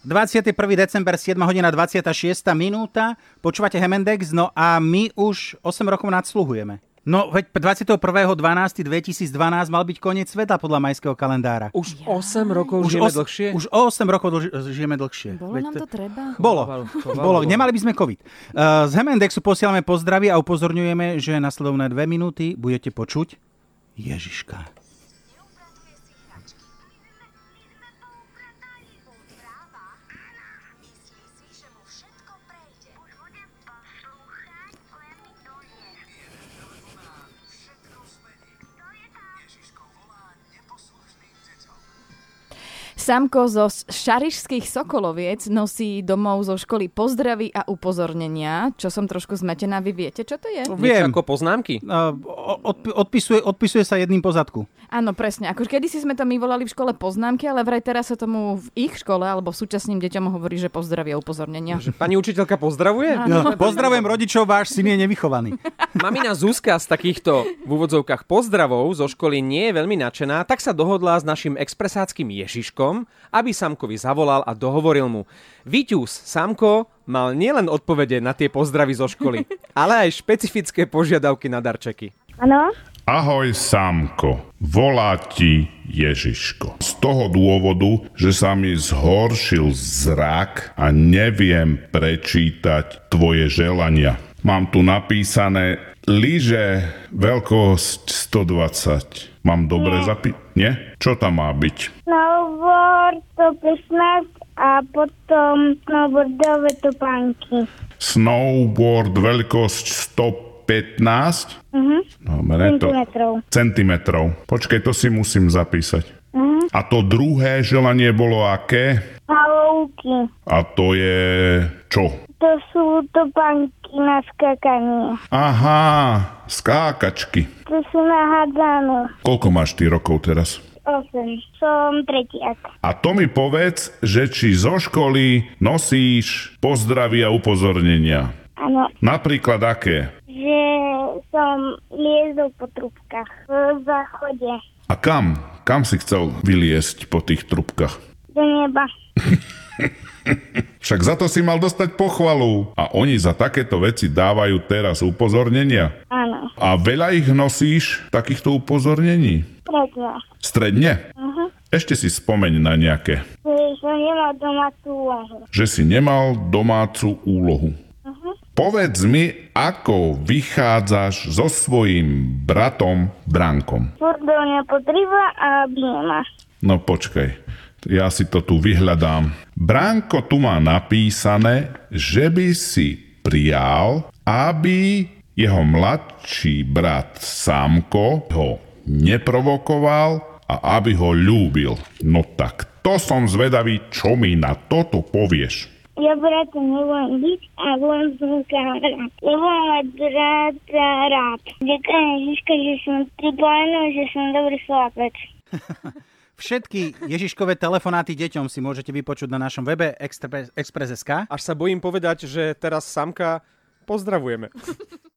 21. december, 7 hodina 26 minúta. Počúvate Hemendex, no a my už 8 rokov nadsluhujeme. No veď 21.12.2012 mal byť koniec sveta podľa majského kalendára. Už 8 rokov žijeme dlhšie? Už o 8 rokov žijeme dlhšie. Bolo nám to treba? Bolo. Nemali by sme COVID. Z Hemendexu posielame pozdravy a upozorňujeme, že nasledovné 2 minúty budete počuť Ježiška. Samko zo Šarišských Sokoloviec nosí domov zo školy pozdravy a upozornenia. Čo som trošku zmetená, vy viete, čo to je? Viem. Ako poznámky? Odpisuje sa jedným pozadku. Áno, presne. Ako kedysi sme to my volali v škole poznámky, ale vraj teraz sa tomu v ich škole alebo v súčasným deťom hovorí, že pozdravy a upozornenia. Že pani učiteľka pozdravuje? No, pozdravujem rodičov, váš syn je nevychovaný. Mamina Zuzka z takýchto v úvodzovkách pozdravov zo školy nie je veľmi nadšená, tak sa dohodla s našim expresáckým Ježiškom, aby Samkovi zavolal a dohovoril mu. Viťus, Samko mal nielen odpovede na tie pozdravy zo školy, ale aj špecifické požiadavky na darčeky. Áno? Ahoj, Samko. Volá ti Ježiško. Z toho dôvodu, že sa mi zhoršil zrak a neviem prečítať tvoje želania. Mám tu napísané lyže veľkosť 120. Mám dobre Nie? Čo tam má byť? Snowboard 115 a potom snowboardové topánky. Snowboard veľkosť 115? Dobre, centimetrov. Počkej, to si musím zapísať. A to druhé želanie bolo aké? Halovky. A to je čo? To sú topánky na skákanie. Aha, skákačky. To sú na hádzanú. Koľko máš ty rokov teraz? 8. Som tretiak. A to mi povedz, že či zo školy nosíš pozdravy a upozornenia. Áno. Napríklad aké? Že som liezol po trúbkach v záchode. A kam? Kam si chcel vyliesť po tých trúbkach? Do neba. Však za to si mal dostať pochvalu. A oni za takéto veci dávajú teraz upozornenia? Áno. A veľa ich nosíš, takýchto upozornení? Stredne. Stredne? Ešte si spomeň na nejaké. Že som nemal domácu úlohu. Že si nemal domácu úlohu. Povedz mi, ako vychádzaš so svojím bratom Brankom. Furt do mňa potreba a bije ma. No počkaj, ja si to tu vyhľadám. Branko tu má napísané, že by si prijal, aby jeho mladší brat Samko ho neprovokoval a aby ho ľúbil. No tak to som zvedavý, čo mi na toto povieš. Ja brata nebudem byť a budem s ním kamarát. Ja budem mať brata rád. Ďakujem Ježiška, že som pripomenul, že som dobrý chlapec. Všetky Ježiškové telefonáty deťom si môžete vypočuť na našom webe Express.sk. Až sa bojím povedať, že teraz Samka pozdravujeme.